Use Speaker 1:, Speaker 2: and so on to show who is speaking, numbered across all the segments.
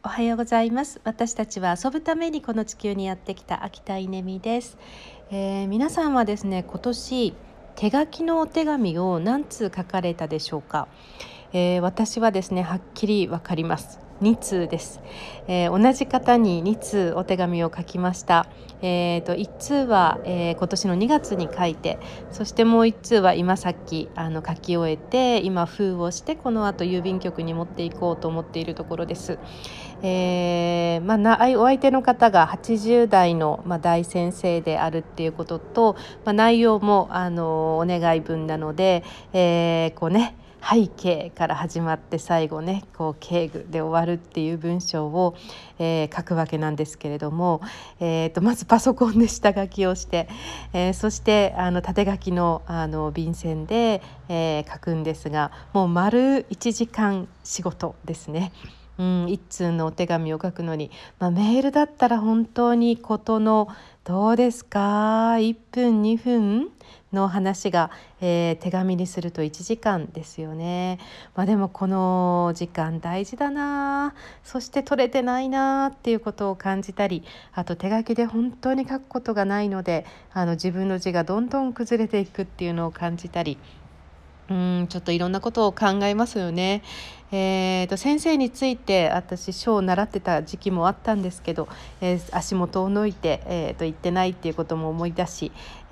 Speaker 1: おはようございます。私たちは遊ぶためにこの地球にやってきた秋田稲美です。皆さんはですね、今年手書きのお手紙を何通書かれたでしょうか。私はですね、はっきり分かります。2通です。同じ方に2通お手紙を書きました。1通は、今年の2月に書いて、そしてもう1通は今さっき書き終えて、今封をしてこの後郵便局に持っていこうと思っているところです。お相手の方が80代の、大先生であるっていうことと、内容もお願い文なので、背景から始まって最後ね敬具で終わるっていう文章を、書くわけなんですけれども、まずパソコンで下書きをして、そして縦書きの便箋で、書くんですが、もう丸1時間仕事ですね。一通のお手紙を書くのに、メールだったら本当にことのどうですか1分2分の話が、手紙にすると1時間ですよね。でもこの時間大事だな、そして取れてないなっていうことを感じたり、あと手書きで本当に書くことがないので自分の字がどんどん崩れていくっていうのを感じたり、ちょっといろんなことを考えますよね。先生について私書を習ってた時期もあったんですけど、足元を抜いて、行ってないっていうことも思い出し、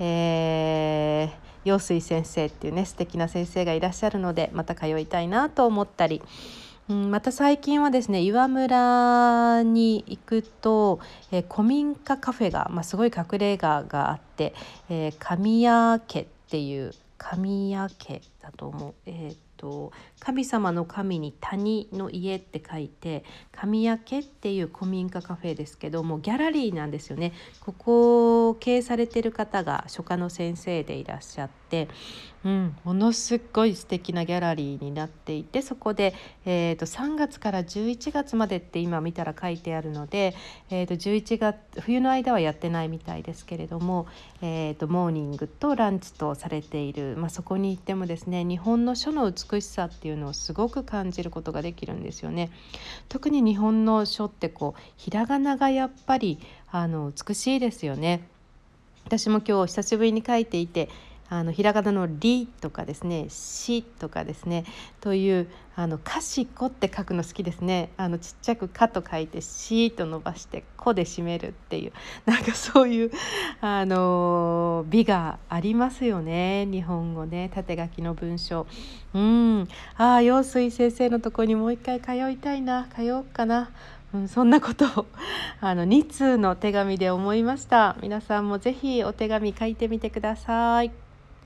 Speaker 1: 陽水先生っていうね素敵な先生がいらっしゃるのでまた通いたいなと思ったり、また最近はですね岩村に行くと、古民家カフェが、すごい隠れ家があって、神谷家っていう神谷家だと思う。神様の神に谷の家って書いて神谷家っていう古民家カフェですけども、ギャラリーなんですよね。ここを経営されてる方が書家の先生でいらっしゃって、ものすごい素敵なギャラリーになっていて、そこで、3月から11月までって今見たら書いてあるので、11月冬の間はやってないみたいですけれども、モーニングとランチとされている、そこに行ってもですね日本の書の美しさっていうのをすごく感じることができるんですよね。特に日本の書ってひらがながやっぱり美しいですよね。私も今日久しぶりに書いていて、ひらがなのりとかですね、しとかですねというかしこって書くの好きですね。ちっちゃくかと書いてしと伸ばしてこで締めるっていう、そういう美がありますよね。日本語ね、縦書きの文章。陽水先生のところにもう一回通いたいな、通おうかな。そんなことを2通の手紙で思いました。皆さんもぜひお手紙書いてみてください。